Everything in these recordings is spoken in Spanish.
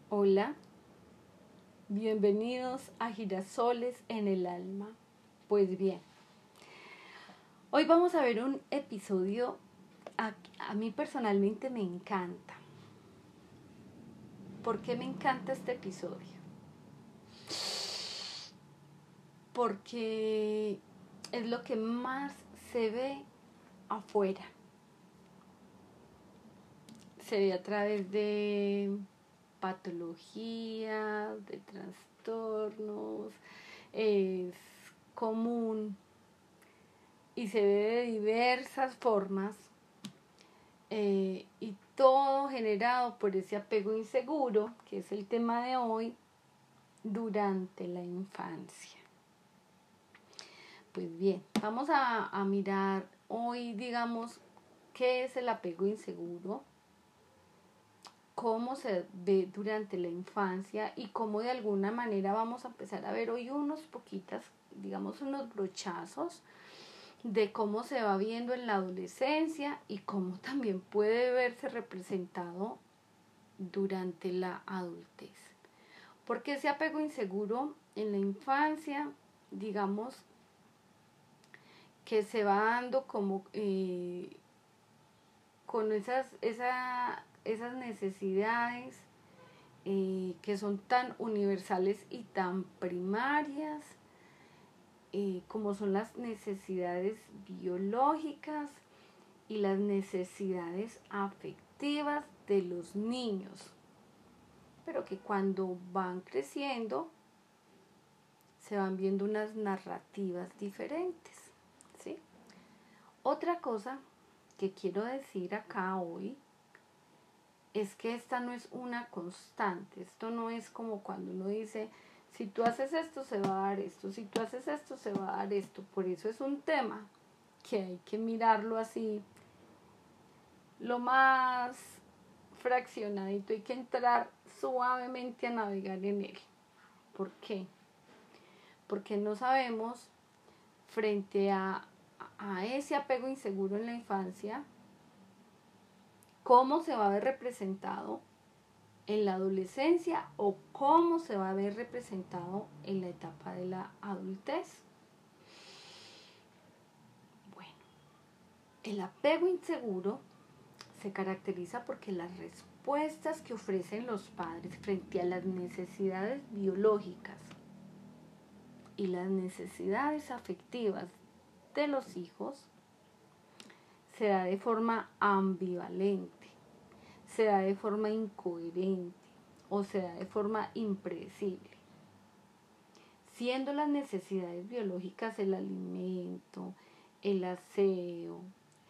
Hola, bienvenidos a Girasoles en el Alma. Pues bien, hoy vamos a ver un episodio a mí personalmente me encanta. ¿Por qué me encanta este episodio? Porque es lo que más se ve afuera. Se ve a través de patologías, de trastornos, es común y se ve de diversas formas y todo generado por ese apego inseguro, que es el tema de hoy, durante la infancia. Pues bien, vamos a mirar hoy, digamos, qué es el apego inseguro, cómo se ve durante la infancia y cómo de alguna manera vamos a empezar a ver hoy unos poquitas, digamos unos brochazos de cómo se va viendo en la adolescencia y cómo también puede verse representado durante la adultez. Porque ese apego inseguro en la infancia, digamos, que se va dando como con esas necesidades que son tan universales y tan primarias, como son las necesidades biológicas y las necesidades afectivas de los niños, pero que cuando van creciendo se van viendo unas narrativas diferentes, ¿sí? Otra cosa que quiero decir acá hoy es que esta no es una constante, esto no es como cuando uno dice, si tú haces esto se va a dar esto, si tú haces esto se va a dar esto, por eso es un tema que hay que mirarlo así, lo más fraccionadito, hay que entrar suavemente a navegar en él. ¿Por qué? Porque no sabemos frente a ese apego inseguro en la infancia, cómo se va a ver representado en la adolescencia o cómo se va a ver representado en la etapa de la adultez. Bueno, el apego inseguro se caracteriza porque las respuestas que ofrecen los padres frente a las necesidades biológicas y las necesidades afectivas de los hijos se da de forma ambivalente, se da de forma incoherente o se da de forma impredecible, siendo las necesidades biológicas el alimento, el aseo,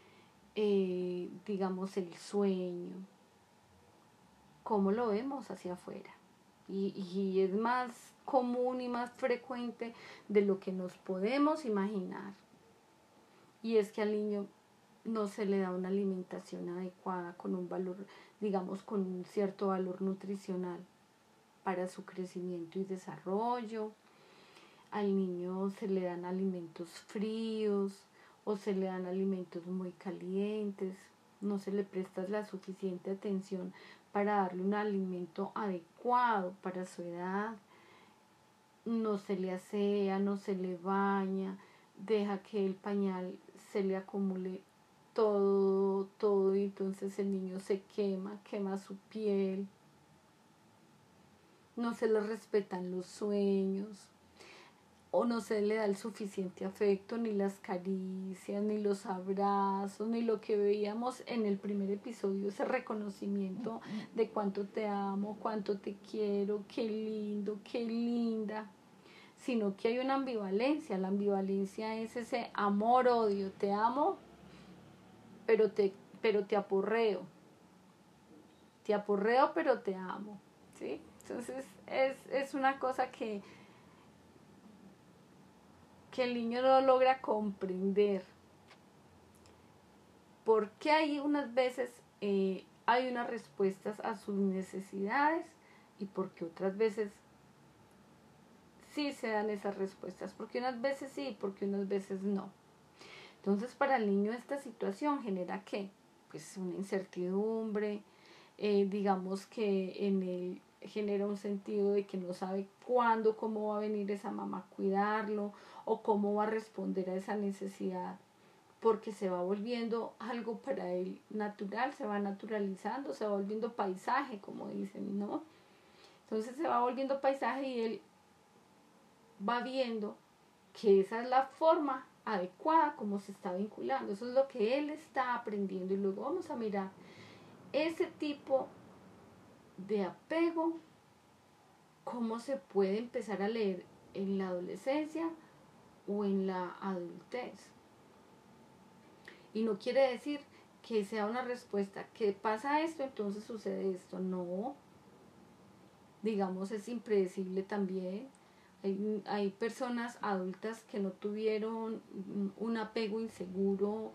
digamos el sueño, cómo lo vemos hacia afuera. Y es más común y más frecuente de lo que nos podemos imaginar. Y es que al niño no se le da una alimentación adecuada con un valor, digamos, con un cierto valor nutricional para su crecimiento y desarrollo. Al niño se le dan alimentos fríos o se le dan alimentos muy calientes, no se le presta la suficiente atención para darle un alimento adecuado para su edad, no se le asea, no se le baña, deja que el pañal se le acumule todo y entonces el niño se quema su piel, no se le respetan los sueños o no se le da el suficiente afecto, ni las caricias, ni los abrazos, ni lo que veíamos en el primer episodio, ese reconocimiento de cuánto te amo, cuánto te quiero, qué lindo, qué linda, sino que hay una ambivalencia. La ambivalencia es ese amor-odio, te amo, pero te apurreo, pero te amo, ¿sí? Entonces es una cosa que el niño no logra comprender. Porque hay unas veces hay unas respuestas a sus necesidades y porque otras veces sí se dan esas respuestas, porque unas veces sí, porque unas veces no. Entonces para el niño esta situación genera ¿qué? Pues una incertidumbre, digamos que genera un sentido de que no sabe cuándo, cómo va a venir esa mamá a cuidarlo o cómo va a responder a esa necesidad, porque se va volviendo algo para él natural, se va naturalizando, se va volviendo paisaje, como dicen, ¿no? Entonces se va volviendo paisaje y él va viendo que esa es la forma adecuada como se está vinculando, eso es lo que él está aprendiendo, y luego vamos a mirar ese tipo de apego, cómo se puede empezar a leer en la adolescencia o en la adultez. Y no quiere decir que sea una respuesta, que pasa esto, entonces sucede esto. No, digamos, es impredecible también. Hay personas adultas que no tuvieron un apego inseguro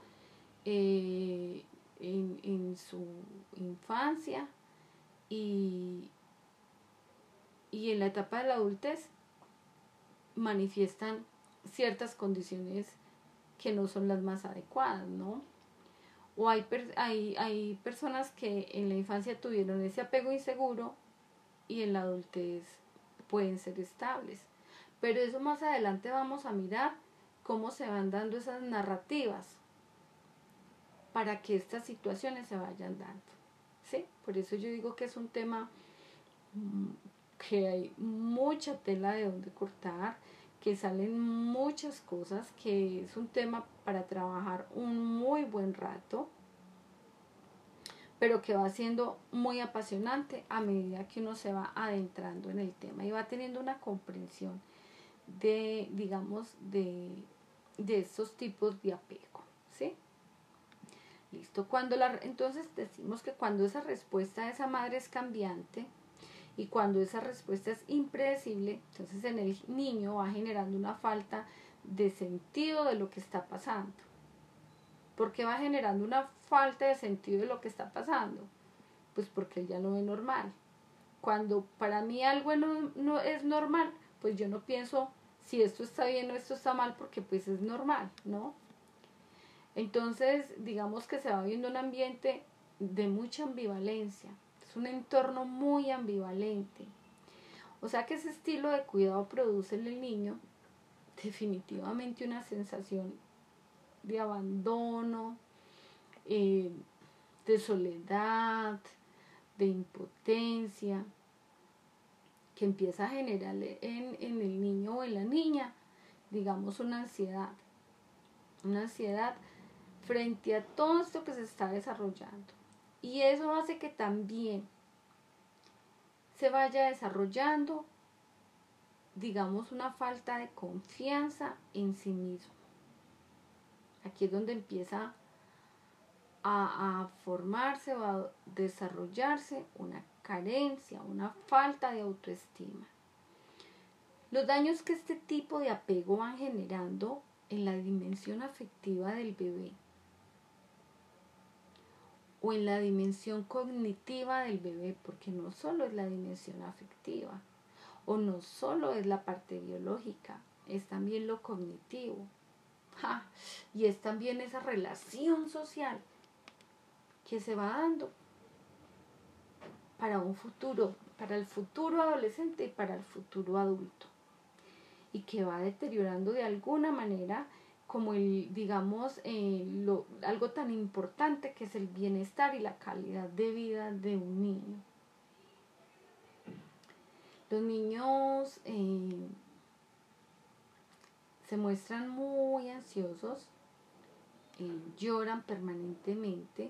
en su infancia y en la etapa de la adultez manifiestan ciertas condiciones que no son las más adecuadas, ¿no? O hay personas que en la infancia tuvieron ese apego inseguro y en la adultez pueden ser estables. Pero eso más adelante vamos a mirar cómo se van dando esas narrativas para que estas situaciones se vayan dando, ¿sí? Por eso yo digo que es un tema que hay mucha tela de donde cortar, que salen muchas cosas, que es un tema para trabajar un muy buen rato, pero que va siendo muy apasionante a medida que uno se va adentrando en el tema y va teniendo una comprensión de, digamos, de estos tipos de apego, ¿sí? Listo. Entonces decimos que cuando esa respuesta de esa madre es cambiante y cuando esa respuesta es impredecible, entonces en el niño va generando una falta de sentido de lo que está pasando. ¿Por qué va generando una falta de sentido de lo que está pasando? Pues porque él ya lo ve normal. Cuando para mí algo no es normal, pues yo no pienso si esto está bien o esto está mal, porque pues es normal, ¿no? Entonces, digamos que se va viendo un ambiente de mucha ambivalencia. Es un entorno muy ambivalente. O sea que ese estilo de cuidado produce en el niño definitivamente una sensación de abandono, de soledad, de impotencia, que empieza a generar en el niño o en la niña, digamos, una ansiedad frente a todo esto que se está desarrollando. Y eso hace que también se vaya desarrollando, digamos, una falta de confianza en sí mismo. Aquí es donde empieza a formarse o a desarrollarse una carencia, una falta de autoestima. Los daños que este tipo de apego van generando en la dimensión afectiva del bebé o en la dimensión cognitiva del bebé, porque no solo es la dimensión afectiva o no solo es la parte biológica, es también lo cognitivo. Y es también esa relación social que se va dando para un futuro, para el futuro adolescente y para el futuro adulto, y que va deteriorando de alguna manera como digamos, algo tan importante que es el bienestar y la calidad de vida de un niño. Los niños se muestran muy ansiosos, lloran permanentemente.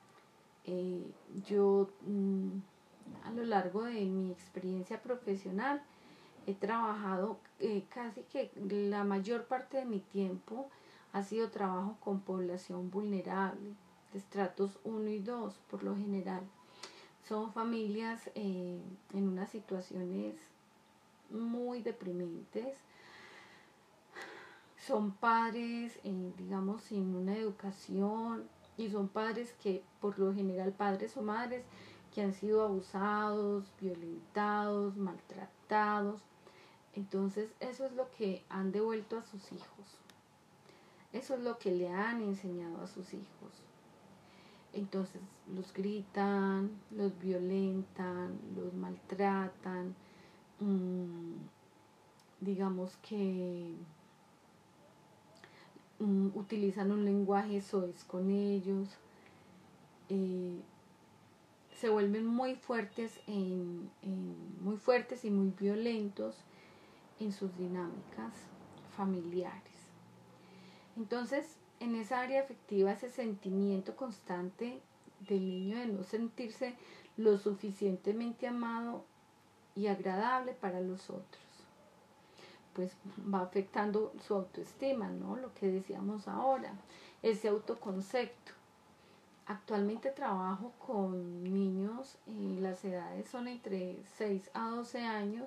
Yo a lo largo de mi experiencia profesional he trabajado casi que la mayor parte de mi tiempo ha sido trabajo con población vulnerable, de estratos 1 y 2 por lo general. Son familias en unas situaciones muy deprimentes. Son padres, digamos, sin una educación, y son padres que, por lo general, padres o madres que han sido abusados, violentados, maltratados. Entonces, eso es lo que han devuelto a sus hijos. Eso es lo que le han enseñado a sus hijos. Entonces los gritan, los violentan, los maltratan, digamos que utilizan un lenguaje soez con ellos, eh, se vuelven muy fuertes, muy fuertes y muy violentos en sus dinámicas familiares. Entonces, en esa área afectiva, ese sentimiento constante del niño de no sentirse lo suficientemente amado y agradable para los otros, pues va afectando su autoestima, ¿no? Lo que decíamos ahora, ese autoconcepto. Actualmente trabajo con niños, las edades son entre 6 a 12 años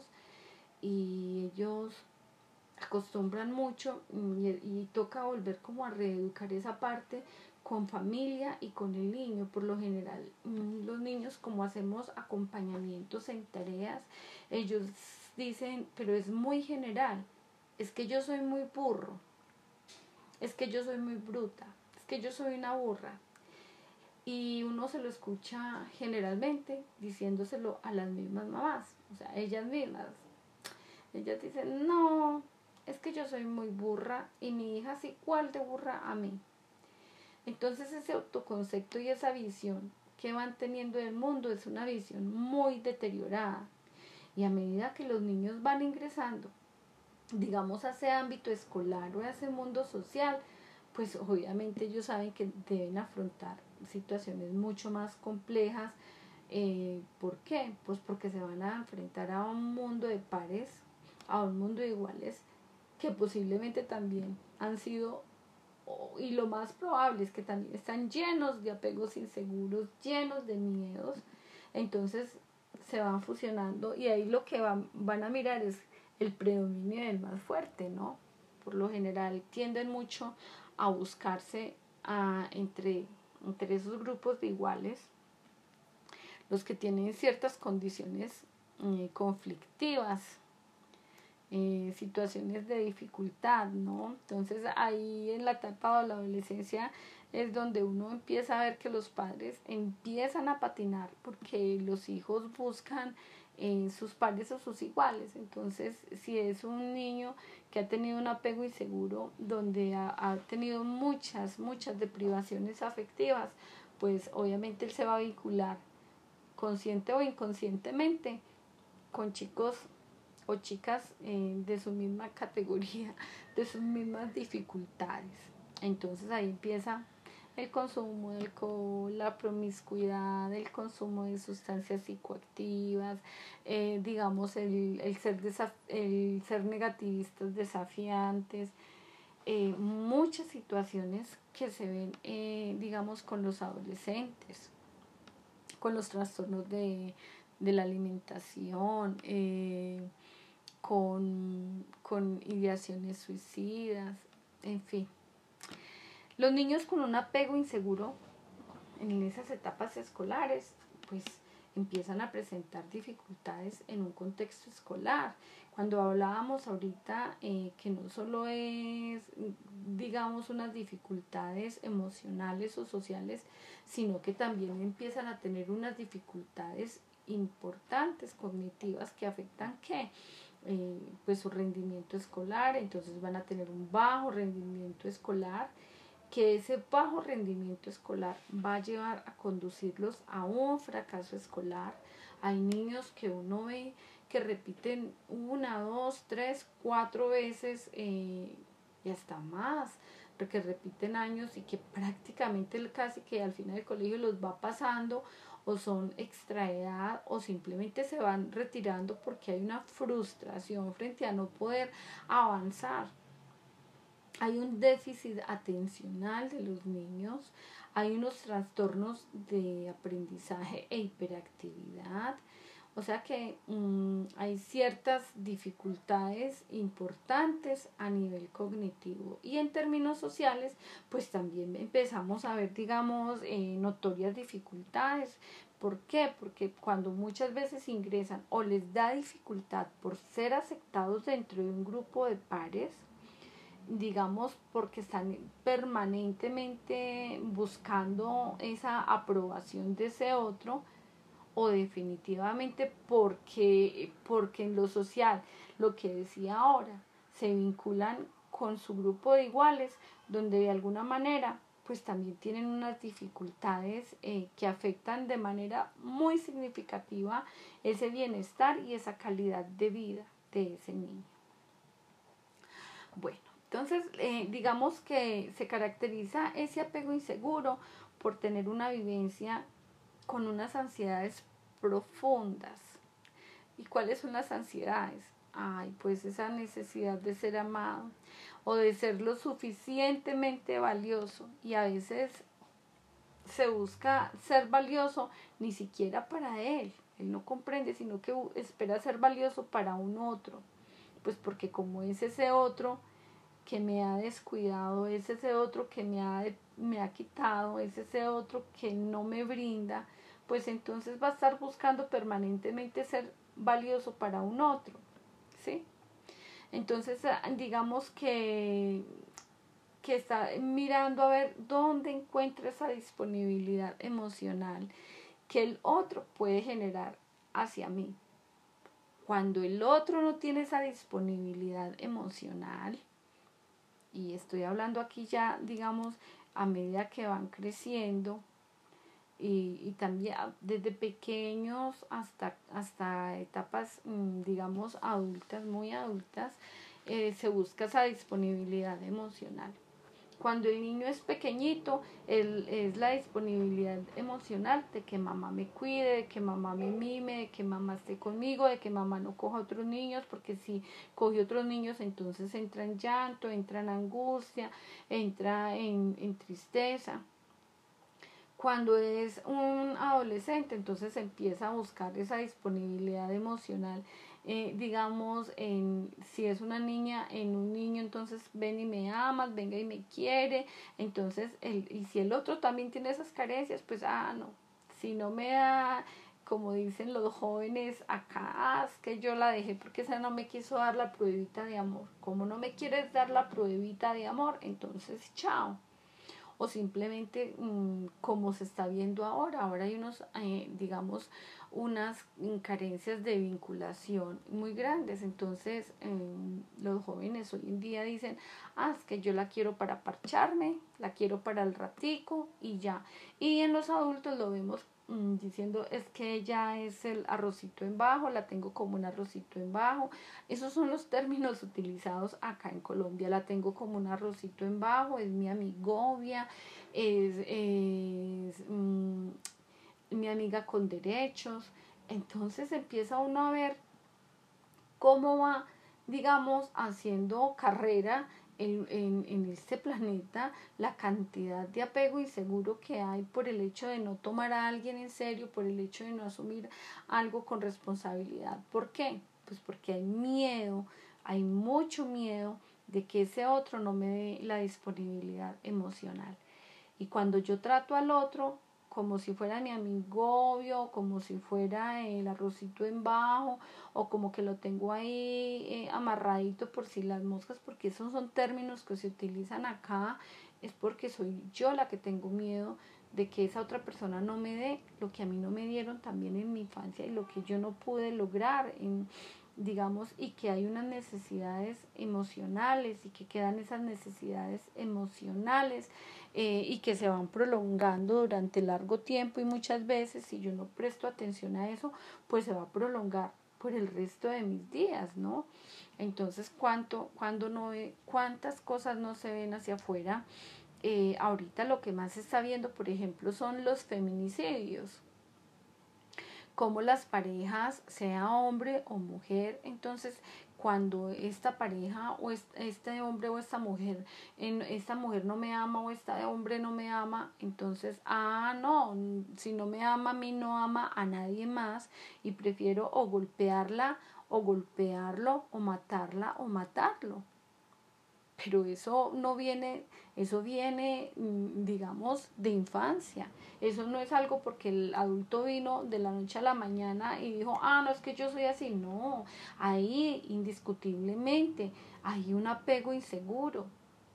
y ellos acostumbran mucho y toca volver como a reeducar esa parte con familia y con el niño. Por lo general, los niños, como hacemos acompañamientos en tareas, ellos dicen, pero es muy general, es que yo soy muy burro, es que yo soy muy bruta, es que yo soy una burra. Y uno se lo escucha generalmente diciéndoselo a las mismas mamás, o sea, ellas mismas. Ellas dicen, no, es que yo soy muy burra y mi hija es igual de burra a mí. Entonces ese autoconcepto y esa visión que van teniendo del mundo es una visión muy deteriorada. Y a medida que los niños van ingresando, digamos, a ese ámbito escolar o a ese mundo social, pues obviamente ellos saben que deben afrontar situaciones mucho más complejas. ¿Por qué? Pues porque se van a enfrentar a un mundo de pares, a un mundo de iguales, que posiblemente también han sido, y lo más probable es que también están llenos de apegos inseguros, llenos de miedos. Entonces se van fusionando y ahí lo que van a mirar es el predominio del más fuerte, ¿no? Por lo general tienden mucho a buscarse entre esos grupos de iguales, los que tienen ciertas condiciones conflictivas, situaciones de dificultad, ¿no? Entonces ahí en la etapa de la adolescencia es donde uno empieza a ver que los padres empiezan a patinar porque los hijos buscan sus pares o sus iguales. Entonces, si es un niño que ha tenido un apego inseguro, donde ha tenido muchas deprivaciones afectivas, pues obviamente él se va a vincular consciente o inconscientemente con chicos o chicas de su misma categoría, de sus mismas dificultades. Entonces ahí empieza el consumo de alcohol, la promiscuidad, el consumo de sustancias psicoactivas, digamos el ser negativistas, desafiantes, muchas situaciones que se ven, digamos, con los adolescentes, con los trastornos de la alimentación, con ideaciones suicidas, en fin. Los niños con un apego inseguro en esas etapas escolares, pues empiezan a presentar dificultades en un contexto escolar. Cuando hablábamos ahorita que no solo es, digamos, unas dificultades emocionales o sociales, sino que también empiezan a tener unas dificultades importantes cognitivas que afectan ¿qué? Pues su rendimiento escolar. Entonces van a tener un bajo rendimiento escolar, que ese bajo rendimiento escolar va a llevar a conducirlos a un fracaso escolar. Hay niños que uno ve que repiten 1, 2, 3, 4 veces y hasta más, porque repiten años y que prácticamente casi que al final del colegio los va pasando o son extraedad o simplemente se van retirando porque hay una frustración frente a no poder avanzar. Hay un déficit atencional de los niños, hay unos trastornos de aprendizaje e hiperactividad, o sea que hay ciertas dificultades importantes a nivel cognitivo y en términos sociales pues también empezamos a ver, digamos, notorias dificultades. ¿Por qué? Porque cuando muchas veces ingresan o les da dificultad por ser aceptados dentro de un grupo de pares, digamos, porque están permanentemente buscando esa aprobación de ese otro, o definitivamente porque en lo social, lo que decía ahora, se vinculan con su grupo de iguales, donde de alguna manera pues también tienen unas dificultades que afectan de manera muy significativa ese bienestar y esa calidad de vida de ese niño. Bueno, entonces digamos que se caracteriza ese apego inseguro por tener una vivencia con unas ansiedades profundas. ¿Y cuáles son las ansiedades? Ay, pues esa necesidad de ser amado o de ser lo suficientemente valioso, y a veces se busca ser valioso ni siquiera para él no comprende, sino que espera ser valioso para un otro, pues porque como es ese otro que me ha descuidado, es ese otro que me ha quitado, es ese otro que no me brinda, pues entonces va a estar buscando permanentemente ser valioso para un otro, ¿sí? Entonces, digamos que está mirando a ver dónde encuentra esa disponibilidad emocional que el otro puede generar hacia mí. Cuando el otro no tiene esa disponibilidad emocional, y estoy hablando aquí ya, digamos, a medida que van creciendo, y también desde pequeños hasta etapas, digamos, adultas, muy adultas, se busca esa disponibilidad emocional. Cuando el niño es pequeñito, es la disponibilidad emocional de que mamá me cuide, de que mamá me mime, de que mamá esté conmigo, de que mamá no coja a otros niños, porque si coge otros niños entonces entra en llanto, entra en angustia, entra en tristeza. Cuando es un adolescente, entonces empieza a buscar esa disponibilidad emocional, digamos, si es una niña, en un niño, entonces ven y me amas, venga y me quiere, entonces, y si el otro también tiene esas carencias, pues, no, si no me da, como dicen los jóvenes acá, es que yo la dejé porque esa no me quiso dar la pruebita de amor. Como no me quieres dar la pruebita de amor, entonces, chao. O simplemente como se está viendo ahora hay unos, digamos, unas carencias de vinculación muy grandes. Entonces los jóvenes hoy en día dicen, es que yo la quiero para parcharme, la quiero para el ratico y ya. Y en los adultos lo vemos diciendo, es que ella es el arrocito en bajo, la tengo como un arrocito en bajo. Esos son los términos utilizados acá en Colombia. La tengo como un arrocito en bajo, es mi amigovia, es mi amiga con derechos. Entonces empieza uno a ver cómo va, digamos, haciendo carrera en este planeta, la cantidad de apego inseguro que hay por el hecho de no tomar a alguien en serio, por el hecho de no asumir algo con responsabilidad. ¿Por qué? Pues porque hay miedo, hay mucho miedo de que ese otro no me dé la disponibilidad emocional. Y cuando yo trato al otro como si fuera mi amigovio, como si fuera el arrocito en bajo, o como que lo tengo ahí amarradito por si las moscas, porque esos son términos que se utilizan acá, es porque soy yo la que tengo miedo de que esa otra persona no me dé lo que a mí no me dieron también en mi infancia y lo que yo no pude lograr digamos, y que hay unas necesidades emocionales y que quedan esas necesidades emocionales y que se van prolongando durante largo tiempo, y muchas veces si yo no presto atención a eso, pues se va a prolongar por el resto de mis días, ¿no? Entonces, ¿cuántas cosas no se ven hacia afuera? Ahorita lo que más se está viendo, por ejemplo, son los feminicidios, como las parejas, sea hombre o mujer, entonces cuando esta pareja o este hombre o esta mujer no me ama o este hombre no me ama, entonces, no, si no me ama a mí, no ama a nadie más, y prefiero o golpearla o golpearlo o matarla o matarlo. Pero eso viene, digamos, de infancia. Eso no es algo porque el adulto vino de la noche a la mañana y dijo, no, es que yo soy así. No, ahí indiscutiblemente hay un apego inseguro.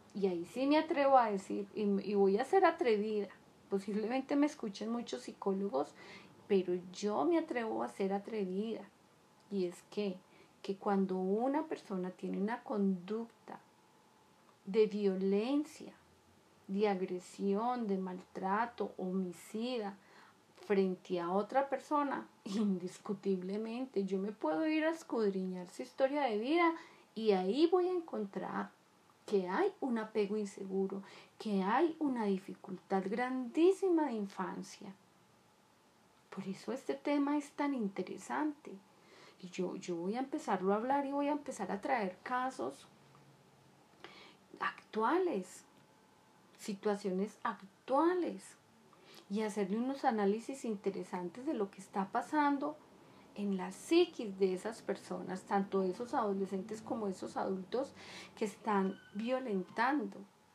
Y ahí sí me atrevo a decir, y voy a ser atrevida, posiblemente me escuchen muchos psicólogos, pero yo me atrevo a ser atrevida. Y es que cuando una persona tiene una conducta de violencia, de agresión, de maltrato, homicida, frente a otra persona, indiscutiblemente yo me puedo ir a escudriñar su historia de vida y ahí voy a encontrar que hay un apego inseguro, que hay una dificultad grandísima de infancia. Por eso este tema es tan interesante. Y yo voy a empezarlo a hablar y voy a empezar a traer casos actuales, situaciones actuales, y hacerle unos análisis interesantes de lo que está pasando en la psiquis de esas personas, tanto esos adolescentes como esos adultos que están violentando.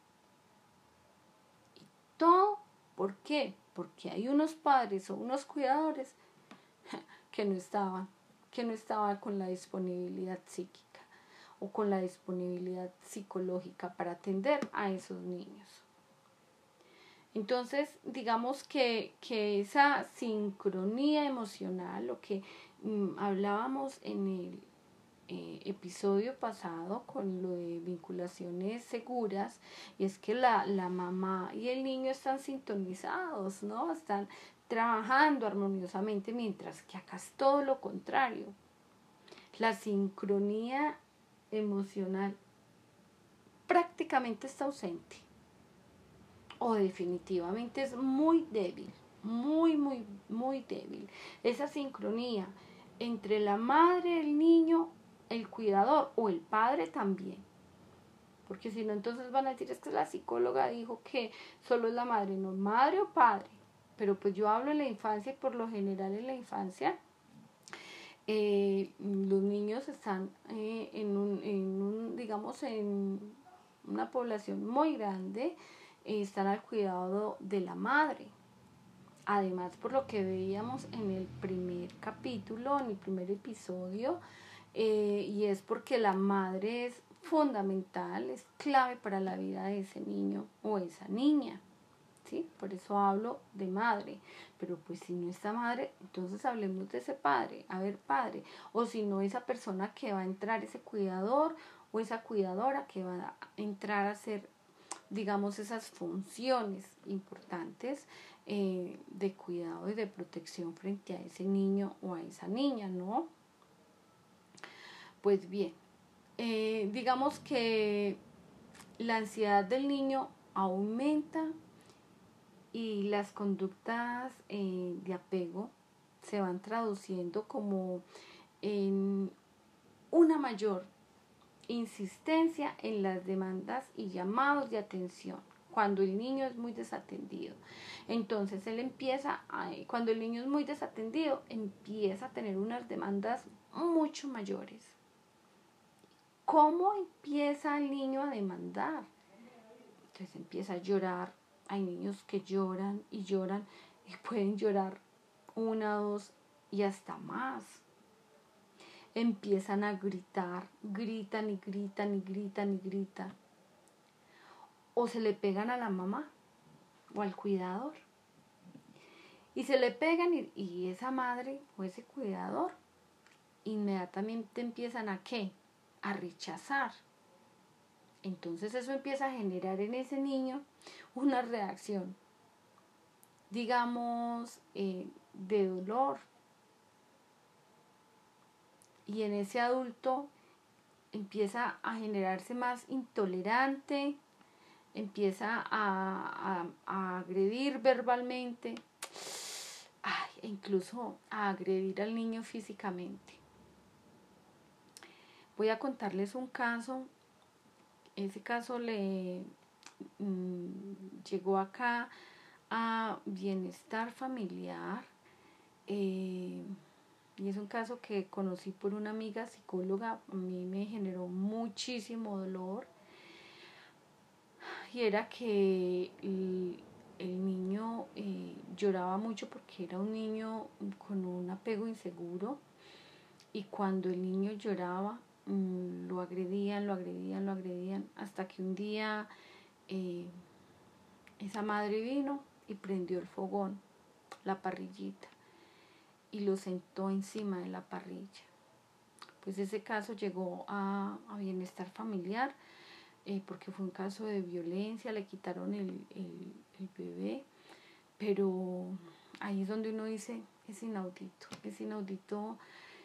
Y todo, ¿por qué? Porque hay unos padres o unos cuidadores que no estaban con la disponibilidad psíquica o con la disponibilidad psicológica para atender a esos niños. Entonces, digamos que esa sincronía emocional, lo que hablábamos en el episodio pasado con lo de vinculaciones seguras, y es que la mamá y el niño están sintonizados, ¿no? Están trabajando armoniosamente, mientras que acá es todo lo contrario. La sincronía emocional prácticamente está ausente, o definitivamente es muy débil, muy débil. Esa sincronía entre la madre, el niño, el cuidador o el padre también. Porque si no, entonces van a decir, es que la psicóloga dijo que solo es la madre, no, madre o padre. Pero pues yo hablo en la infancia y por lo general en la infancia los niños están digamos, en una población muy grande, están al cuidado de la madre. Además, por lo que veíamos en el primer capítulo, en el primer episodio, y es porque la madre es fundamental, es clave para la vida de ese niño o esa niña. ¿Sí? Por eso hablo de madre. Pero pues si no está madre, entonces hablemos de ese padre. A ver, padre. O si no, esa persona que va a entrar, ese cuidador o esa cuidadora que va a entrar a hacer, digamos, esas funciones importantes de cuidado y de protección frente a ese niño o a esa niña, ¿no? Pues bien, digamos que la ansiedad del niño aumenta y las conductas de apego se van traduciendo como en una mayor insistencia en las demandas y llamados de atención cuando el niño es muy desatendido. Entonces cuando el niño es muy desatendido, empieza a tener unas demandas mucho mayores. ¿Cómo empieza el niño a demandar? Entonces empieza a llorar. Hay niños que lloran y pueden llorar 1, 2 y hasta más. Empiezan a gritar, gritan y gritan y gritan y gritan. O se le pegan a la mamá o al cuidador. Y se le pegan y esa madre o ese cuidador inmediatamente empiezan ¿a qué? A rechazar. Entonces eso empieza a generar en ese niño una reacción, digamos, de dolor. Y en ese adulto empieza a generarse más intolerante, empieza a agredir verbalmente, e incluso a agredir al niño físicamente. Voy a contarles un caso. Ese caso llegó acá a Bienestar Familiar, y es un caso que conocí por una amiga psicóloga. A mí me generó muchísimo dolor, y era que el niño lloraba mucho porque era un niño con un apego inseguro, y cuando el niño lloraba lo agredían, hasta que un día esa madre vino y prendió el fogón, la parrillita, y lo sentó encima de la parrilla. Pues ese caso llegó a bienestar familiar, porque fue un caso de violencia, le quitaron el bebé, pero ahí es donde uno dice, es inaudito,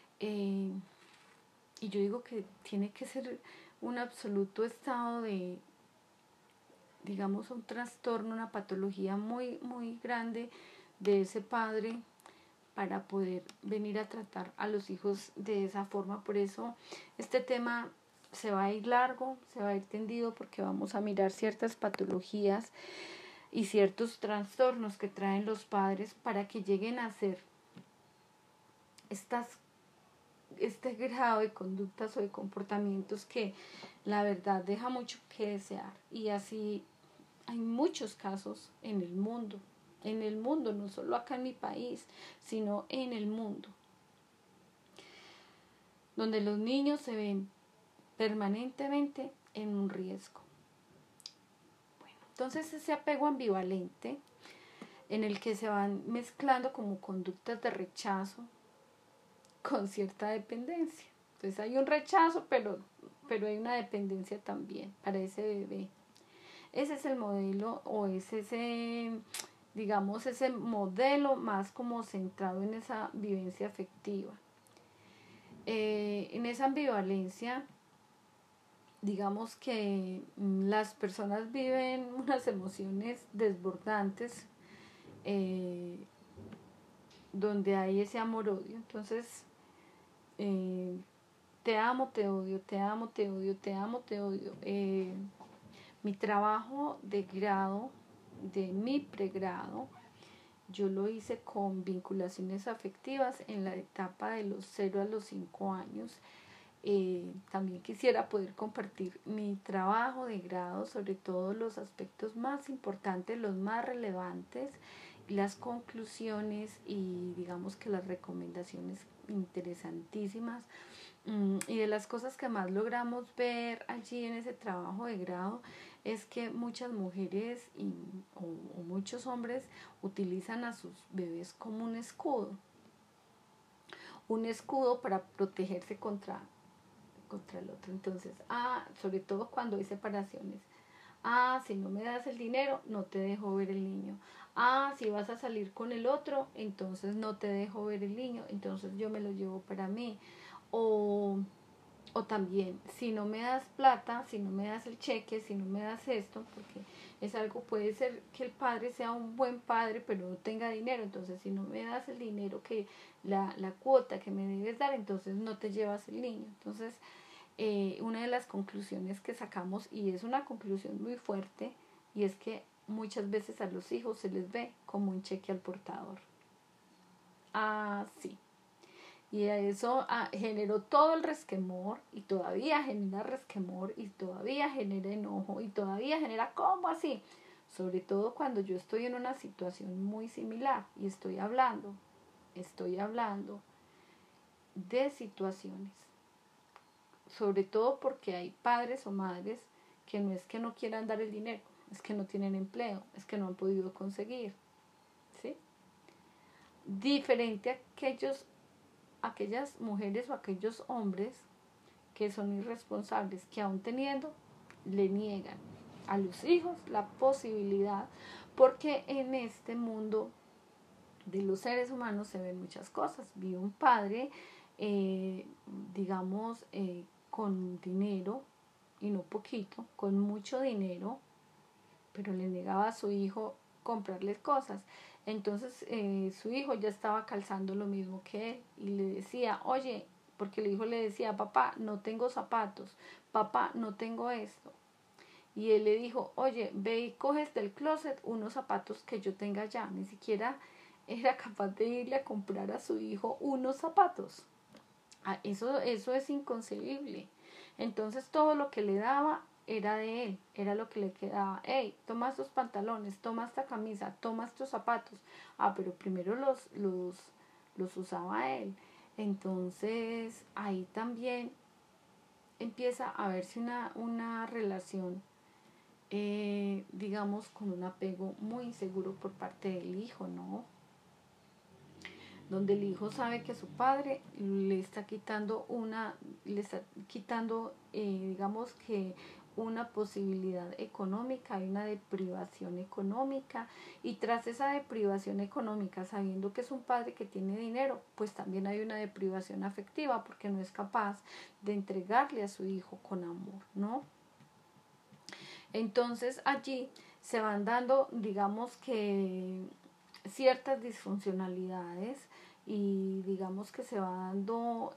y yo digo que tiene que ser un absoluto estado de, digamos, un trastorno, una patología muy, muy grande de ese padre para poder venir a tratar a los hijos de esa forma. Por eso este tema se va a ir largo, se va a ir tendido, porque vamos a mirar ciertas patologías y ciertos trastornos que traen los padres para que lleguen a ser este grado de conductas o de comportamientos que la verdad deja mucho que desear. Y así hay muchos casos en el mundo, no solo acá en mi país, sino en el mundo, donde los niños se ven permanentemente en un riesgo. Bueno, entonces ese apego ambivalente en el que se van mezclando como conductas de rechazo con cierta dependencia. Entonces hay un rechazo, pero hay una dependencia también para ese bebé. Ese es el modelo, o es ese, digamos, ese modelo más como centrado en esa vivencia afectiva. En esa ambivalencia, digamos que las personas viven unas emociones desbordantes, donde hay ese amor-odio. Entonces, te amo, te odio, te amo, te odio, te amo, te odio. Mi trabajo de grado, de mi pregrado, yo lo hice con vinculaciones afectivas en la etapa de los 0 a los 5 años. También quisiera poder compartir mi trabajo de grado sobre todos los aspectos más importantes, los más relevantes, las conclusiones y digamos que las recomendaciones interesantísimas. Y de las cosas que más logramos ver allí en ese trabajo de grado es que muchas mujeres o muchos hombres utilizan a sus bebés como un escudo para protegerse contra el otro. Entonces, sobre todo cuando hay separaciones. Si no me das el dinero, no te dejo ver el niño. Si vas a salir con el otro, entonces no te dejo ver el niño, entonces yo me lo llevo para mí. O también, si no me das plata, si no me das el cheque, si no me das esto, porque es algo, puede ser que el padre sea un buen padre, pero no tenga dinero. Entonces, si no me das el dinero, que la cuota que me debes dar, entonces no te llevas el niño. Entonces, una de las conclusiones que sacamos, y es una conclusión muy fuerte, y es que muchas veces a los hijos se les ve como un cheque al portador. Sí. Y eso generó todo el resquemor, y todavía genera resquemor, y todavía genera enojo, y todavía genera, ¿cómo así? Sobre todo cuando yo estoy en una situación muy similar y estoy hablando de situaciones, sobre todo porque hay padres o madres que no es que no quieran dar el dinero, es que no tienen empleo, es que no han podido conseguir, ¿sí? Diferente a aquellas mujeres o aquellos hombres que son irresponsables, que aún teniendo, le niegan a los hijos la posibilidad, porque en este mundo de los seres humanos se ven muchas cosas. Vi un padre, digamos, con dinero, y no poquito, con mucho dinero, pero le negaba a su hijo comprarle cosas. Entonces su hijo ya estaba calzando lo mismo que él, y le decía, oye, porque el hijo le decía, papá, no tengo zapatos, papá, no tengo esto. Y él le dijo, oye, ve y coges del closet unos zapatos que yo tenga ya. Ni siquiera era capaz de irle a comprar a su hijo unos zapatos. Eso es inconcebible. Entonces todo lo que le daba era de él, era lo que le quedaba. Hey, toma estos pantalones, toma esta camisa, toma estos zapatos. Pero primero los usaba él. Entonces ahí también empieza a verse una relación, digamos, con un apego muy inseguro por parte del hijo, ¿no? Donde el hijo sabe que su padre le está quitando digamos que una posibilidad económica, hay una deprivación económica, y tras esa deprivación económica, sabiendo que es un padre que tiene dinero, pues también hay una deprivación afectiva porque no es capaz de entregarle a su hijo con amor, ¿no? Entonces allí se van dando, digamos que ciertas disfuncionalidades, y digamos que se va dando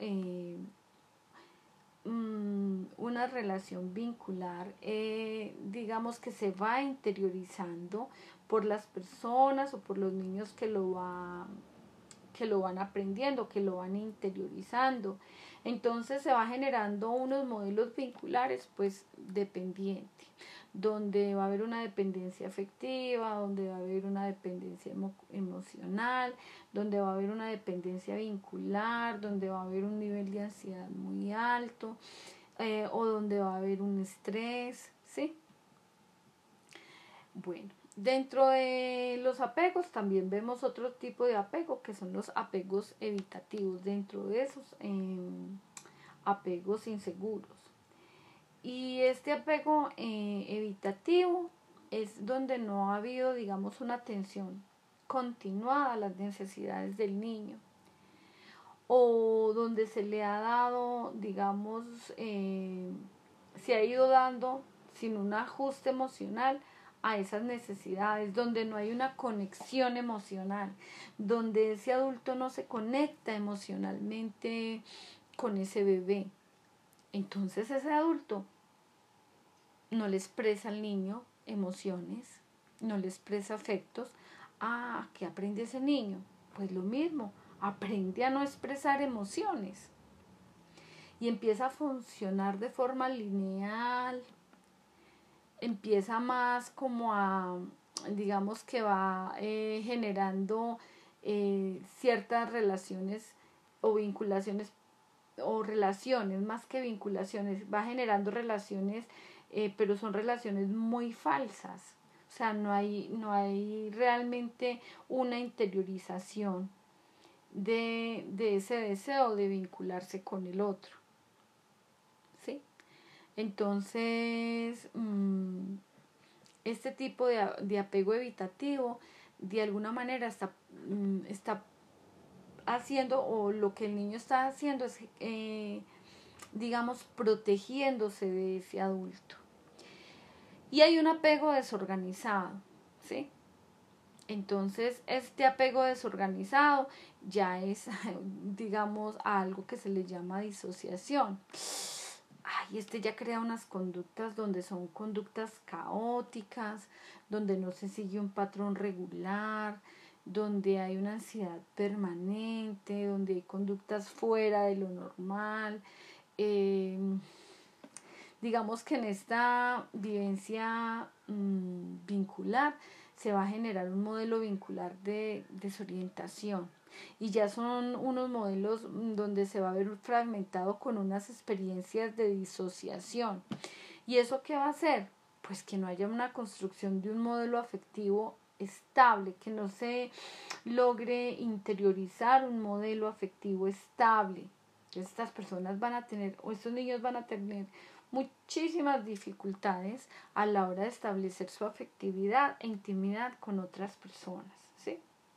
una relación vincular, digamos que se va interiorizando por las personas o por los niños que lo van aprendiendo, que lo van interiorizando. Entonces se va generando unos modelos vinculares pues dependientes, donde va a haber una dependencia afectiva, donde va a haber una dependencia emocional, donde va a haber una dependencia vincular, donde va a haber un nivel de ansiedad muy alto, o donde va a haber un estrés, ¿sí? Bueno, dentro de los apegos también vemos otro tipo de apego, que son los apegos evitativos, dentro de esos apegos inseguros. Y este apego evitativo es donde no ha habido, digamos, una atención continuada a las necesidades del niño, o donde se le ha dado, digamos, se ha ido dando sin un ajuste emocional a esas necesidades, donde no hay una conexión emocional, donde ese adulto no se conecta emocionalmente con ese bebé. Entonces ese adulto no le expresa al niño emociones, no le expresa afectos. ¿Qué aprende ese niño? Pues lo mismo, aprende a no expresar emociones y empieza a funcionar de forma lineal, empieza más como digamos que va generando ciertas relaciones o vinculaciones, o relaciones más que vinculaciones, va generando relaciones, pero son relaciones muy falsas. O sea, no hay realmente una interiorización de ese deseo de vincularse con el otro, ¿sí? Entonces, este tipo de apego evitativo, de alguna manera está haciendo, o lo que el niño está haciendo es, digamos, protegiéndose de ese adulto. Y hay un apego desorganizado, ¿sí? Entonces, este apego desorganizado ya es, digamos, algo que se le llama disociación. Este ya crea unas conductas donde son conductas caóticas, donde no se sigue un patrón regular, donde hay una ansiedad permanente, donde hay conductas fuera de lo normal. Digamos que en esta vivencia vincular se va a generar un modelo vincular de desorientación, y ya son unos modelos donde se va a ver fragmentado con unas experiencias de disociación. ¿Y eso qué va a hacer? Pues que no haya una construcción de un modelo afectivo estable, que no se logre interiorizar un modelo afectivo estable. Estas personas van a tener, o estos niños van a tener muchísimas dificultades a la hora de establecer su afectividad e intimidad con otras personas, ¿sí?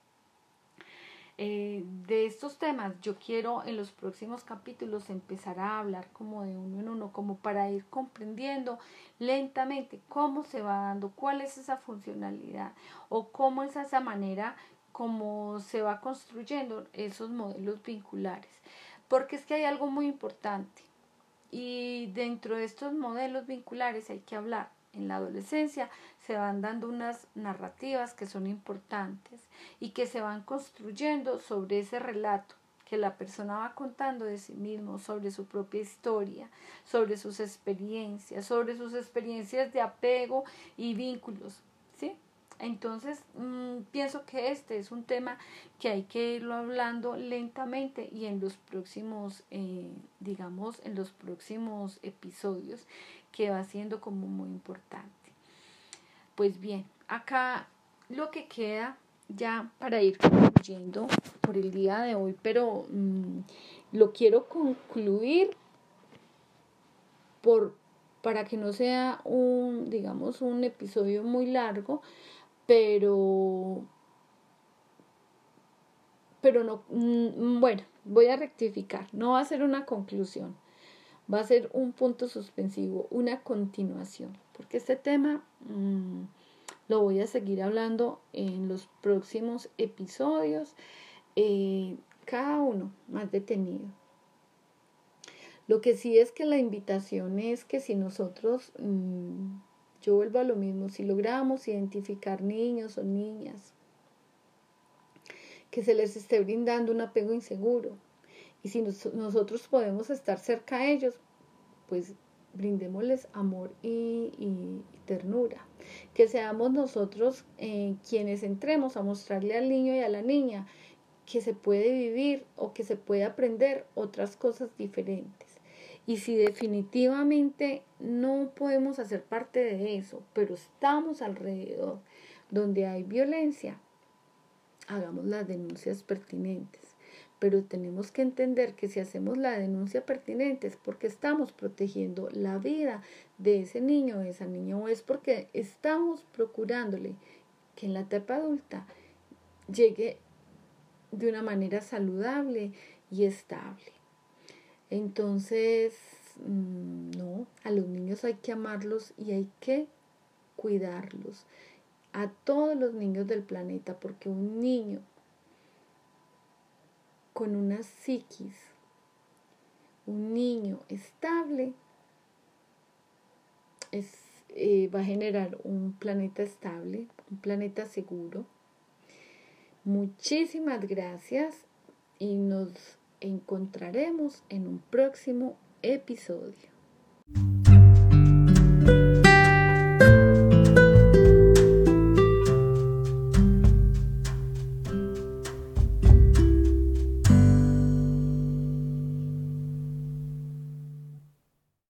De estos temas yo quiero en los próximos capítulos empezar a hablar como de uno en uno, como para ir comprendiendo lentamente cómo se va dando, cuál es esa funcionalidad, o cómo es esa manera como se va construyendo esos modelos vinculares. Porque es que hay algo muy importante, y dentro de estos modelos vinculares hay que hablar. En la adolescencia se van dando unas narrativas que son importantes y que se van construyendo sobre ese relato que la persona va contando de sí mismo, sobre su propia historia, sobre sus experiencias de apego y vínculos, ¿sí? Entonces, pienso que este es un tema que hay que irlo hablando lentamente y en los próximos, digamos, en los próximos episodios, que va siendo como muy importante. Pues bien, acá lo que queda ya para ir concluyendo por el día de hoy, pero lo quiero concluir para que no sea digamos, un episodio muy largo, pero no, bueno, voy a rectificar, no va a ser una conclusión, va a ser un punto suspensivo, una continuación, porque este tema lo voy a seguir hablando en los próximos episodios, cada uno más detenido. Lo que sí es que la invitación es que si nosotros, yo vuelvo a lo mismo, si logramos identificar niños o niñas que se les esté brindando un apego inseguro, y si nosotros podemos estar cerca a ellos, pues brindémosles amor y ternura. Que seamos nosotros quienes entremos a mostrarle al niño y a la niña que se puede vivir o que se puede aprender otras cosas diferentes. Y si definitivamente no podemos hacer parte de eso, pero estamos alrededor donde hay violencia, hagamos las denuncias pertinentes. Pero tenemos que entender que si hacemos la denuncia pertinente es porque estamos protegiendo la vida de ese niño o de esa niña, o es porque estamos procurándole que en la etapa adulta llegue de una manera saludable y estable. Entonces, no, a los niños hay que amarlos y hay que cuidarlos, a todos los niños del planeta, porque un niño con una psiquis, un niño estable, va a generar un planeta estable, un planeta seguro. Muchísimas gracias y nos encontraremos en un próximo episodio.